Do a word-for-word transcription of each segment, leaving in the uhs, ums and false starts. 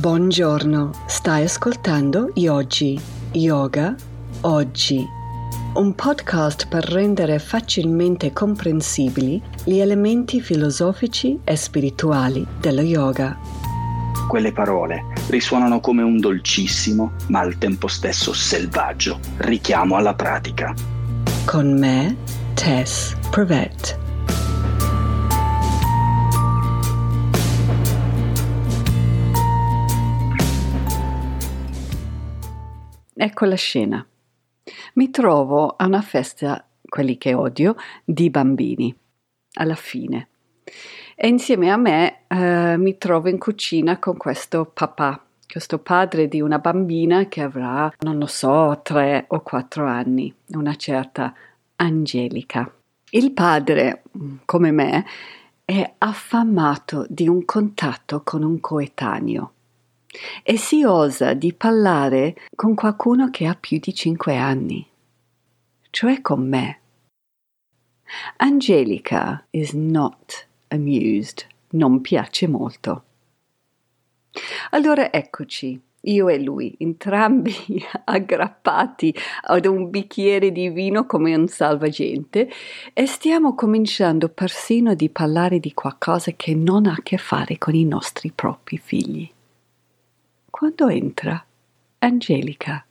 Buongiorno, stai ascoltando Yogi, Yoga Oggi, un podcast per rendere facilmente comprensibili gli elementi filosofici e spirituali dello yoga. Quelle parole risuonano come un dolcissimo, ma al tempo stesso selvaggio, richiamo alla pratica. Con me, Tess Prevet. Ecco la scena. Mi trovo a una festa, quelli che odio, di bambini, alla fine. E insieme a me eh, mi trovo in cucina con questo papà, questo padre di una bambina che avrà, non lo so, tre o quattro anni, una certa Angelica. Il padre, come me, è affamato di un contatto con un coetaneo e si osa di parlare con qualcuno che ha più di cinque anni, cioè con me. Angelica is not amused, non piace molto. Allora eccoci, io e lui, entrambi aggrappati ad un bicchiere di vino come un salvagente, e stiamo cominciando persino di parlare di qualcosa che non ha a che fare con i nostri propri figli. Quando entra Angelica.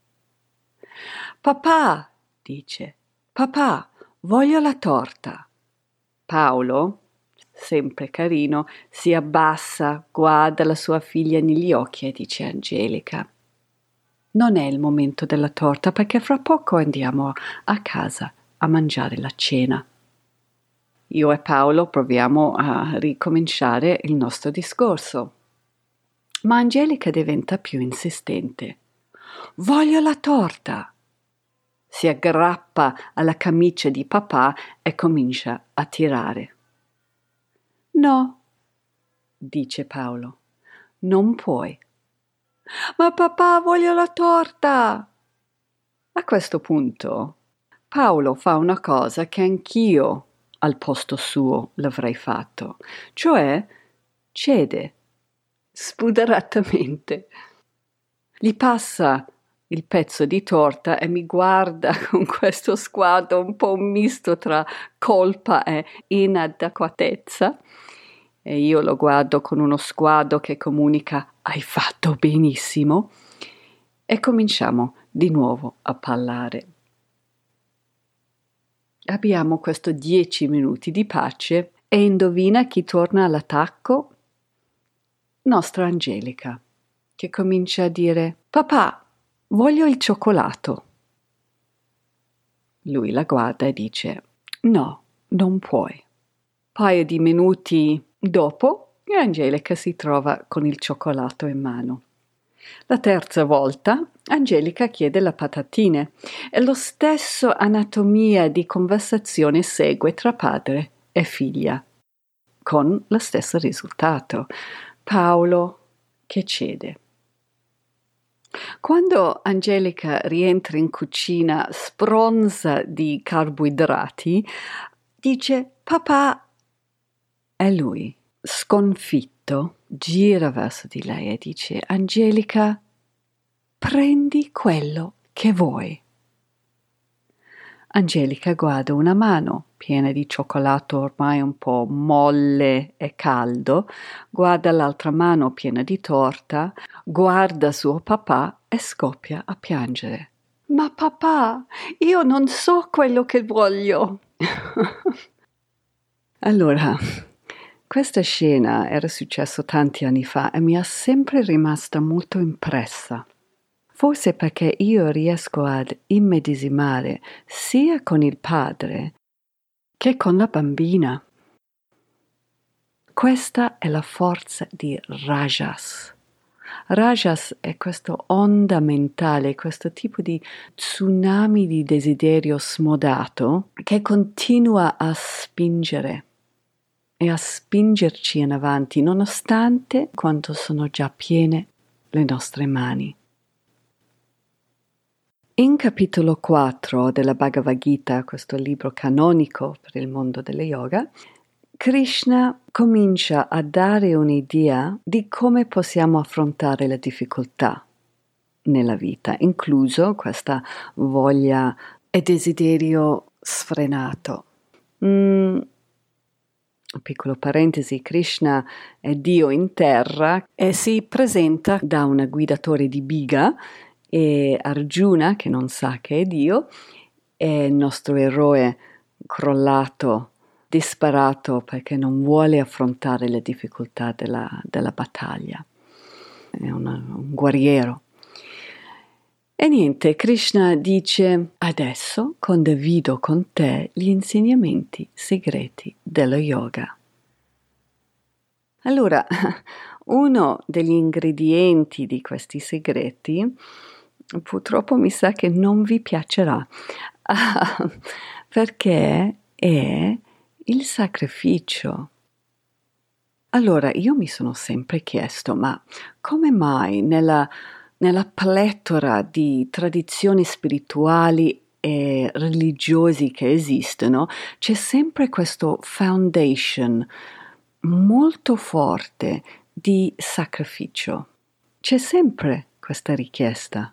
Papà, dice, papà, voglio la torta. Paolo, sempre carino, si abbassa, guarda la sua figlia negli occhi e dice: Angelica, non è il momento della torta perché fra poco andiamo a casa a mangiare la cena. Io e Paolo proviamo a ricominciare il nostro discorso. Ma Angelica diventa più insistente. Voglio la torta! Si aggrappa alla camicia di papà e comincia a tirare. No, dice Paolo, non puoi. Ma papà, voglio la torta! A questo punto Paolo fa una cosa che anch'io al posto suo l'avrei fatto, cioè cede. Spudoratamente. Gli passa il pezzo di torta e mi guarda con questo sguardo un po' misto tra colpa e inadeguatezza. E io lo guardo con uno sguardo che comunica: hai fatto benissimo. E cominciamo di nuovo a parlare. Abbiamo questo dieci minuti di pace e indovina chi torna all'attacco? Nostra Angelica, che comincia a dire: papà, voglio il cioccolato. Lui la guarda e dice: no, non puoi. Paio di minuti dopo, Angelica si trova con il cioccolato in mano. La terza volta, Angelica chiede le patatine e lo stesso anatomia di conversazione segue tra padre e figlia, con lo stesso risultato. Paolo che cede. Quando Angelica rientra in cucina spronza di carboidrati, dice: papà. E lui, sconfitto, gira verso di lei e dice: Angelica, prendi quello che vuoi. Angelica guarda una mano piena di cioccolato ormai un po' molle e caldo, guarda l'altra mano piena di torta, guarda suo papà e scoppia a piangere. Ma papà, io non so quello che voglio. Allora, questa scena era successo tanti anni fa e mi è sempre rimasta molto impressa. Forse perché io riesco ad immedesimare sia con il padre che con la bambina. Questa è la forza di Rajas. Rajas è questa onda mentale, questo tipo di tsunami di desiderio smodato che continua a spingere e a spingerci in avanti, nonostante quanto sono già piene le nostre mani. In capitolo quattro della Bhagavad Gita, questo libro canonico per il mondo dello yoga, Krishna comincia a dare un'idea di come possiamo affrontare le difficoltà nella vita, incluso questa voglia e desiderio sfrenato. Mm, piccolo parentesi, Krishna è Dio in terra e si presenta da una guidatore di biga, e Arjuna, che non sa che è Dio, è il nostro eroe crollato, disperato perché non vuole affrontare le difficoltà della, della battaglia. È una, un guerriero. E niente, Krishna dice: adesso condivido con te gli insegnamenti segreti dello yoga. Allora, uno degli ingredienti di questi segreti purtroppo mi sa che non vi piacerà, perché è il sacrificio. Allora, io mi sono sempre chiesto, ma come mai nella Nella pletora di tradizioni spirituali e religiosi che esistono, c'è sempre questo foundation molto forte di sacrificio. C'è sempre questa richiesta.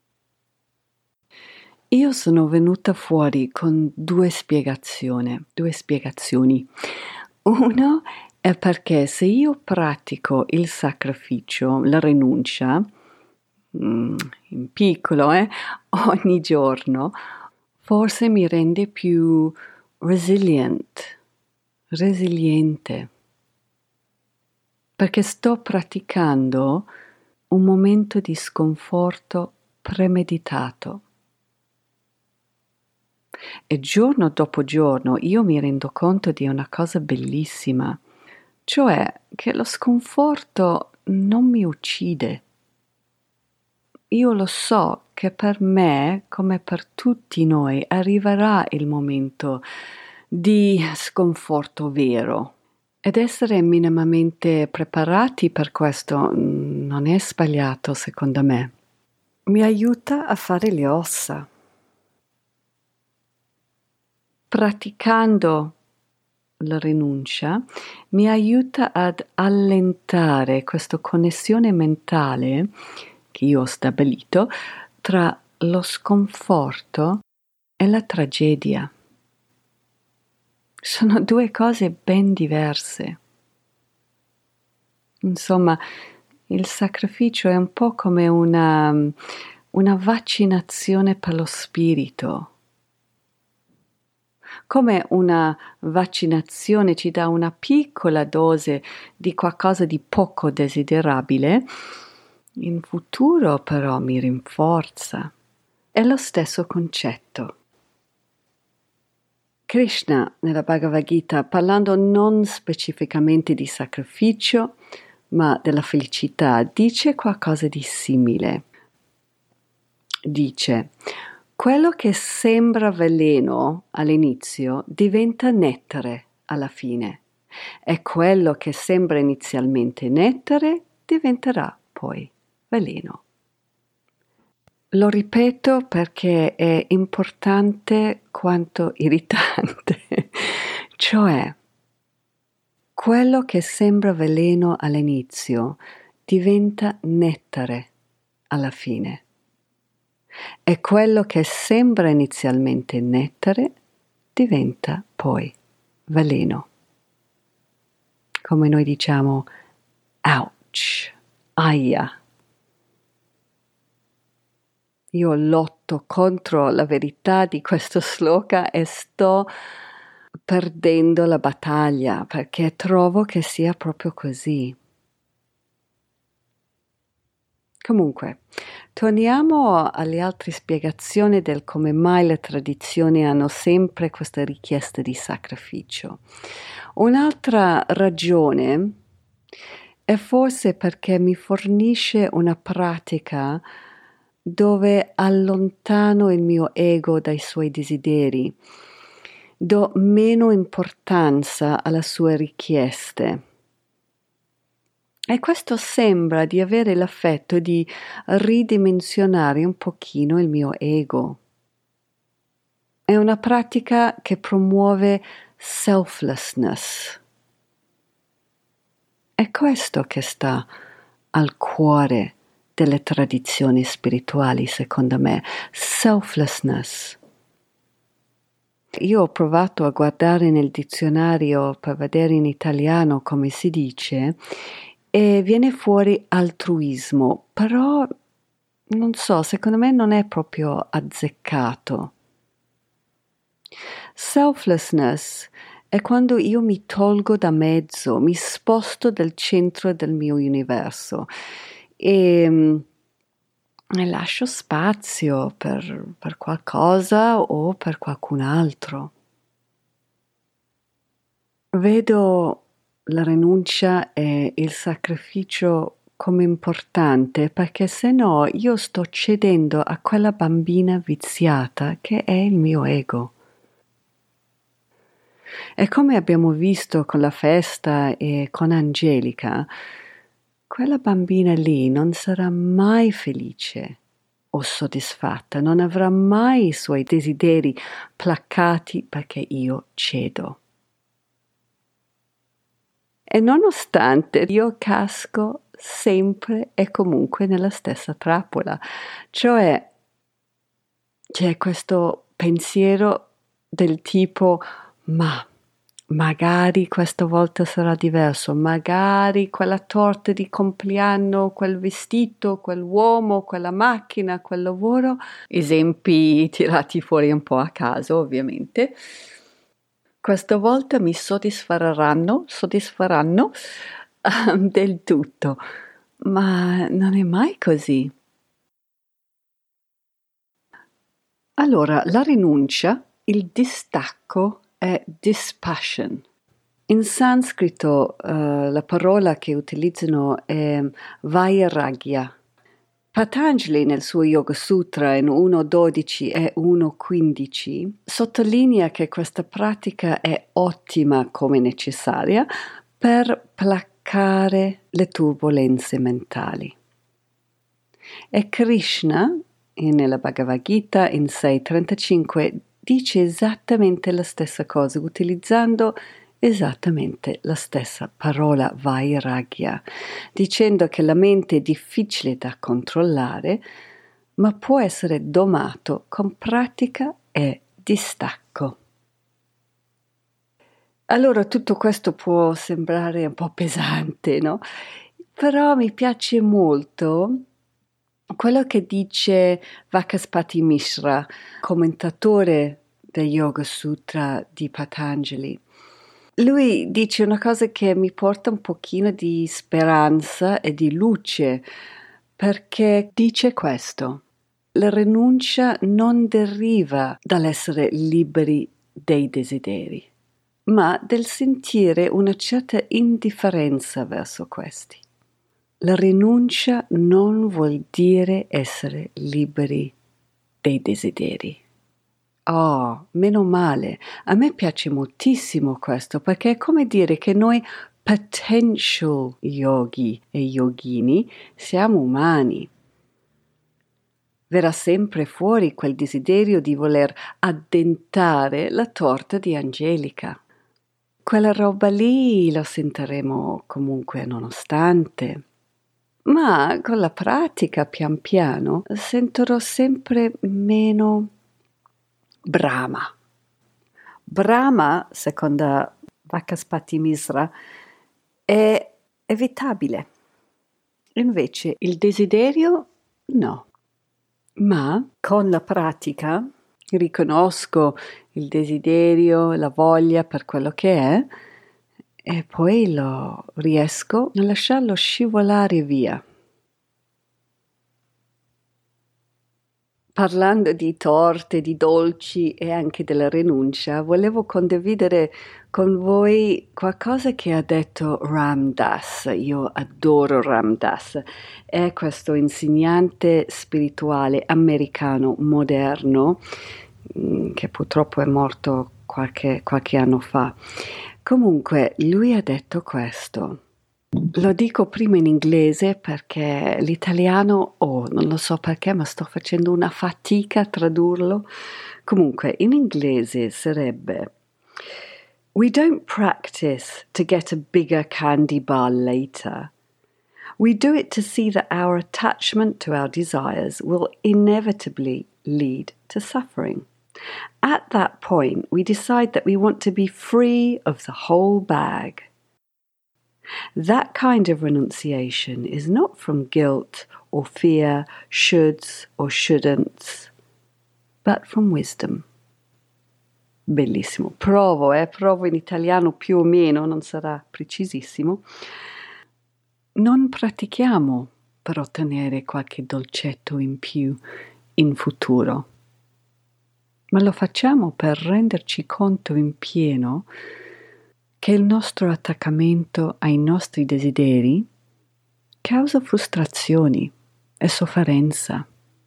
Io sono venuta fuori con due spiegazioni, due spiegazioni. Uno è perché se io pratico il sacrificio, la rinuncia, in piccolo, eh, ogni giorno, forse mi rende più resilient, resiliente, perché sto praticando un momento di sconforto premeditato. E giorno dopo giorno io mi rendo conto di una cosa bellissima, cioè che lo sconforto non mi uccide. Io lo so che per me, come per tutti noi, arriverà il momento di sconforto vero. Ed essere minimamente preparati per questo non è sbagliato, secondo me. Mi aiuta a fare le ossa. Praticando la rinuncia mi aiuta ad allentare questa connessione mentale che io ho stabilito tra lo sconforto e la tragedia. Sono due cose ben diverse. Insomma, il sacrificio è un po' come una, una vaccinazione per lo spirito. Come una vaccinazione ci dà una piccola dose di qualcosa di poco desiderabile, in futuro però mi rinforza. È lo stesso concetto. Krishna nella Bhagavad Gita, parlando non specificamente di sacrificio, ma della felicità, dice qualcosa di simile. Dice: quello che sembra veleno all'inizio diventa nettare alla fine, e quello che sembra inizialmente nettare diventerà poi veleno. Lo ripeto perché è importante quanto irritante, cioè quello che sembra veleno all'inizio diventa nettare alla fine, e quello che sembra inizialmente nettare diventa poi veleno. Come noi diciamo, ouch, aia. Io lotto contro la verità di questo sloka e sto perdendo la battaglia perché trovo che sia proprio così. Comunque, torniamo alle altre spiegazioni del come mai le tradizioni hanno sempre questa richiesta di sacrificio. Un'altra ragione è forse perché mi fornisce una pratica dove allontano il mio ego dai suoi desideri, do meno importanza alle sue richieste. E questo sembra di avere l'effetto di ridimensionare un pochino il mio ego. È una pratica che promuove selflessness, È questo che sta al cuore delle tradizioni spirituali, secondo me, selflessness. Io ho provato a guardare nel dizionario per vedere in italiano come si dice e viene fuori altruismo, però non so, secondo me non è proprio azzeccato. Selflessness è quando io mi tolgo da mezzo, mi sposto dal centro del mio universo e, e lascio spazio per, per qualcosa o per qualcun altro. Vedo la rinuncia e il sacrificio come importante perché se no io sto cedendo a quella bambina viziata che è il mio ego. E come abbiamo visto con la festa e con Angelica, quella bambina lì non sarà mai felice o soddisfatta, non avrà mai i suoi desideri placati perché io cedo. E nonostante io casco sempre e comunque nella stessa trappola, cioè c'è questo pensiero del tipo ma magari questa volta sarà diverso, magari quella torta di compleanno, quel vestito, quell'uomo, quella macchina, quel lavoro, esempi tirati fuori un po' a caso ovviamente, questa volta mi soddisfaranno, soddisfaranno um, del tutto, ma non è mai così. Allora, la rinuncia, il distacco è dispassion. In sanscrito uh, la parola che utilizzano è vairagya. Patanjali nel suo Yoga Sutra in uno dodici e uno quindici sottolinea che questa pratica è ottima come necessaria per placare le turbolenze mentali. E Krishna nella Bhagavad Gita in sei trentacinque dice esattamente la stessa cosa utilizzando esattamente la stessa parola vairagya, dicendo che la mente è difficile da controllare ma può essere domato con pratica e distacco. Allora tutto questo può sembrare un po' pesante, no? Però mi piace molto quello che dice Vakaspati Mishra, commentatore del Yoga Sutra di Patanjali. Lui dice una cosa che mi porta un pochino di speranza e di luce, perché dice questo: la rinuncia non deriva dall'essere liberi dei desideri, ma del sentire una certa indifferenza verso questi. La rinuncia non vuol dire essere liberi dei desideri. Oh, meno male, a me piace moltissimo questo perché è come dire che noi potential yogi e yogini siamo umani. Verrà sempre fuori quel desiderio di voler addentare la torta di Angelica. Quella roba lì la sentiremo comunque nonostante. Ma con la pratica, pian piano, sentirò sempre meno Brahma. Brahma, secondo Vakaspati Mishra, è evitabile. Invece il desiderio no. Ma con la pratica riconosco il desiderio, la voglia per quello che è, e poi lo riesco a lasciarlo scivolare via. Parlando di torte, di dolci e anche della rinuncia, volevo condividere con voi qualcosa che ha detto Ram Dass. Io adoro Ram Dass. È questo insegnante spirituale americano moderno che purtroppo è morto qualche, qualche anno fa. Comunque, lui ha detto questo. Lo dico prima in inglese perché l'italiano, oh, non lo so perché, ma sto facendo una fatica a tradurlo. Comunque, in inglese sarebbe: We don't practice to get a bigger candy bar later. We do it to see that our attachment to our desires will inevitably lead to suffering. At that point, we decide that we want to be free of the whole bag. That kind of renunciation is not from guilt or fear, shoulds or shouldn'ts, but from wisdom. Bellissimo. Provo, eh, provo in italiano più o meno, non sarà precisissimo. Non pratichiamo per ottenere qualche dolcetto in più in futuro, ma lo facciamo per renderci conto in pieno che il nostro attaccamento ai nostri desideri causa frustrazioni e sofferenza.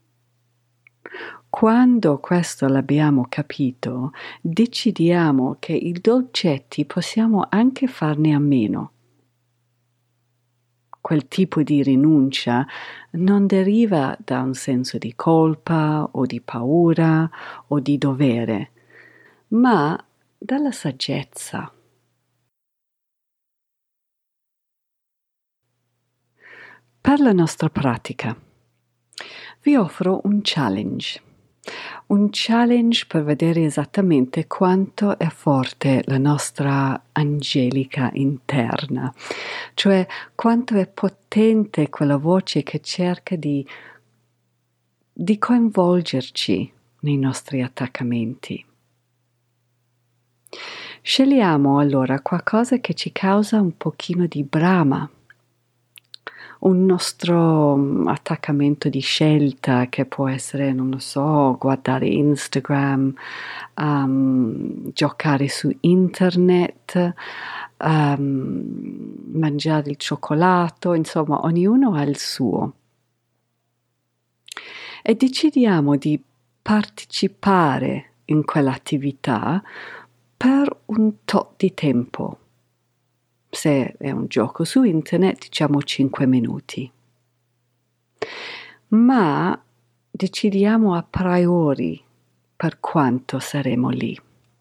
Quando questo l'abbiamo capito, decidiamo che i dolcetti possiamo anche farne a meno. Quel tipo di rinuncia non deriva da un senso di colpa o di paura o di dovere, ma dalla saggezza. Per la nostra pratica, vi offro un challenge. Un challenge per vedere esattamente quanto è forte la nostra angelica interna, cioè quanto è potente quella voce che cerca di, di coinvolgerci nei nostri attaccamenti. Scegliamo allora qualcosa che ci causa un pochino di brama, un nostro attaccamento di scelta che può essere, non lo so, guardare Instagram, um, giocare su internet, um, mangiare il cioccolato, insomma, ognuno ha il suo. E decidiamo di partecipare in quell'attività per un tot di tempo. Se è un gioco su internet, diciamo cinque minuti. Ma decidiamo a priori per quanto saremo lì.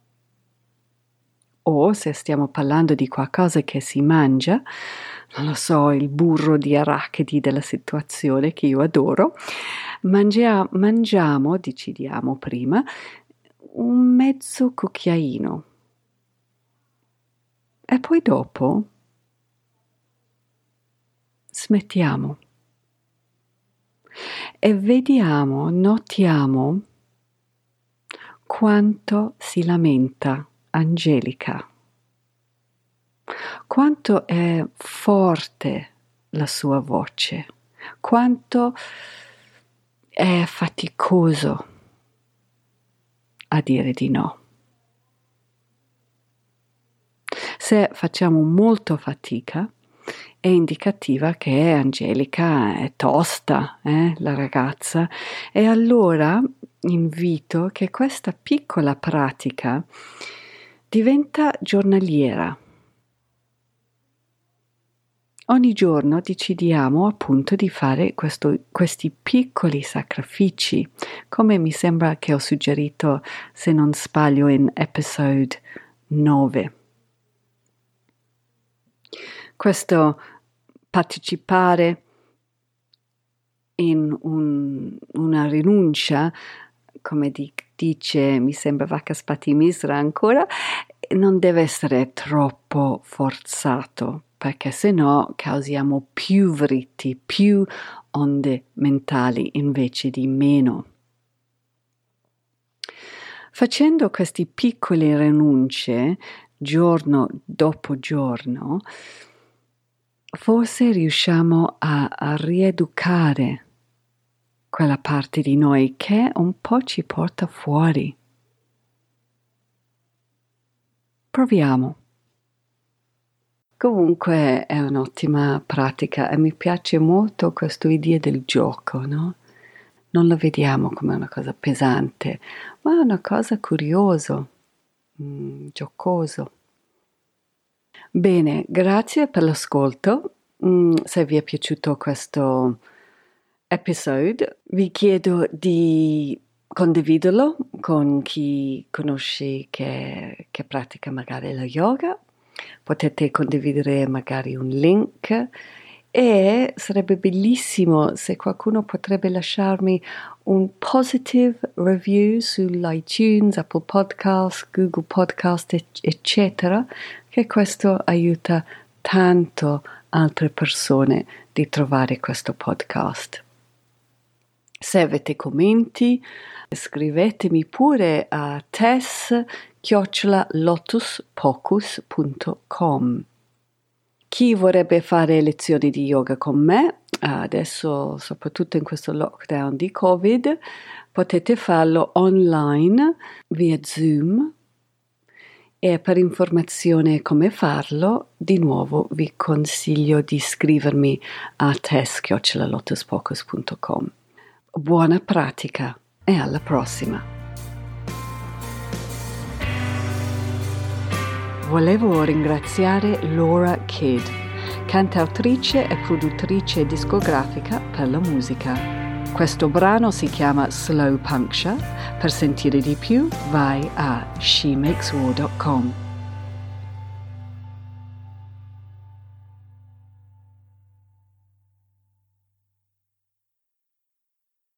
O se stiamo parlando di qualcosa che si mangia, non lo so, il burro di arachidi della situazione che io adoro, mangia- mangiamo, decidiamo prima, un mezzo cucchiaino. E poi dopo smettiamo e vediamo, notiamo quanto si lamenta Angelica, quanto è forte la sua voce, quanto è faticoso a dire di no. Se facciamo molto fatica, è indicativa che Angelica è tosta, eh, la ragazza, e allora invito che questa piccola pratica diventa giornaliera. Ogni giorno decidiamo appunto di fare questo, questi piccoli sacrifici, come mi sembra che ho suggerito, se non sbaglio, in episode nove. Questo partecipare in un, una rinuncia, come di, dice, mi sembra Vakaspati Misra ancora, non deve essere troppo forzato, perché se no causiamo più vritti, più onde mentali invece di meno. Facendo queste piccole rinunce, giorno dopo giorno, forse riusciamo a, a rieducare quella parte di noi che un po' ci porta fuori. Proviamo. Comunque è un'ottima pratica e mi piace molto questa idea del gioco, no? Non lo vediamo come una cosa pesante, ma una cosa curiosa, mm, giocoso. Bene, grazie per l'ascolto. Mm, se vi è piaciuto questo episode, vi chiedo di condividerlo con chi conosci che, che pratica magari la yoga. Potete condividere magari un link e sarebbe bellissimo se qualcuno potrebbe lasciarmi un positive review sull'iTunes, Apple Podcast, Google Podcast, eccetera, che questo aiuta tanto altre persone di trovare questo podcast. Se avete commenti, scrivetemi pure a tess chiocciola lotus pocus punto com. Chi vorrebbe fare lezioni di yoga con me, adesso soprattutto in questo lockdown di Covid, potete farlo online via Zoom, e per informazione come farlo, di nuovo vi consiglio di scrivermi a tess chiocciola lotus pocus punto com. Buona pratica e alla prossima! Volevo ringraziare Laura Kidd, cantautrice e produttrice discografica per la musica. Questo brano si chiama Slow Puncture. Per sentire di più vai a she makes war dot com.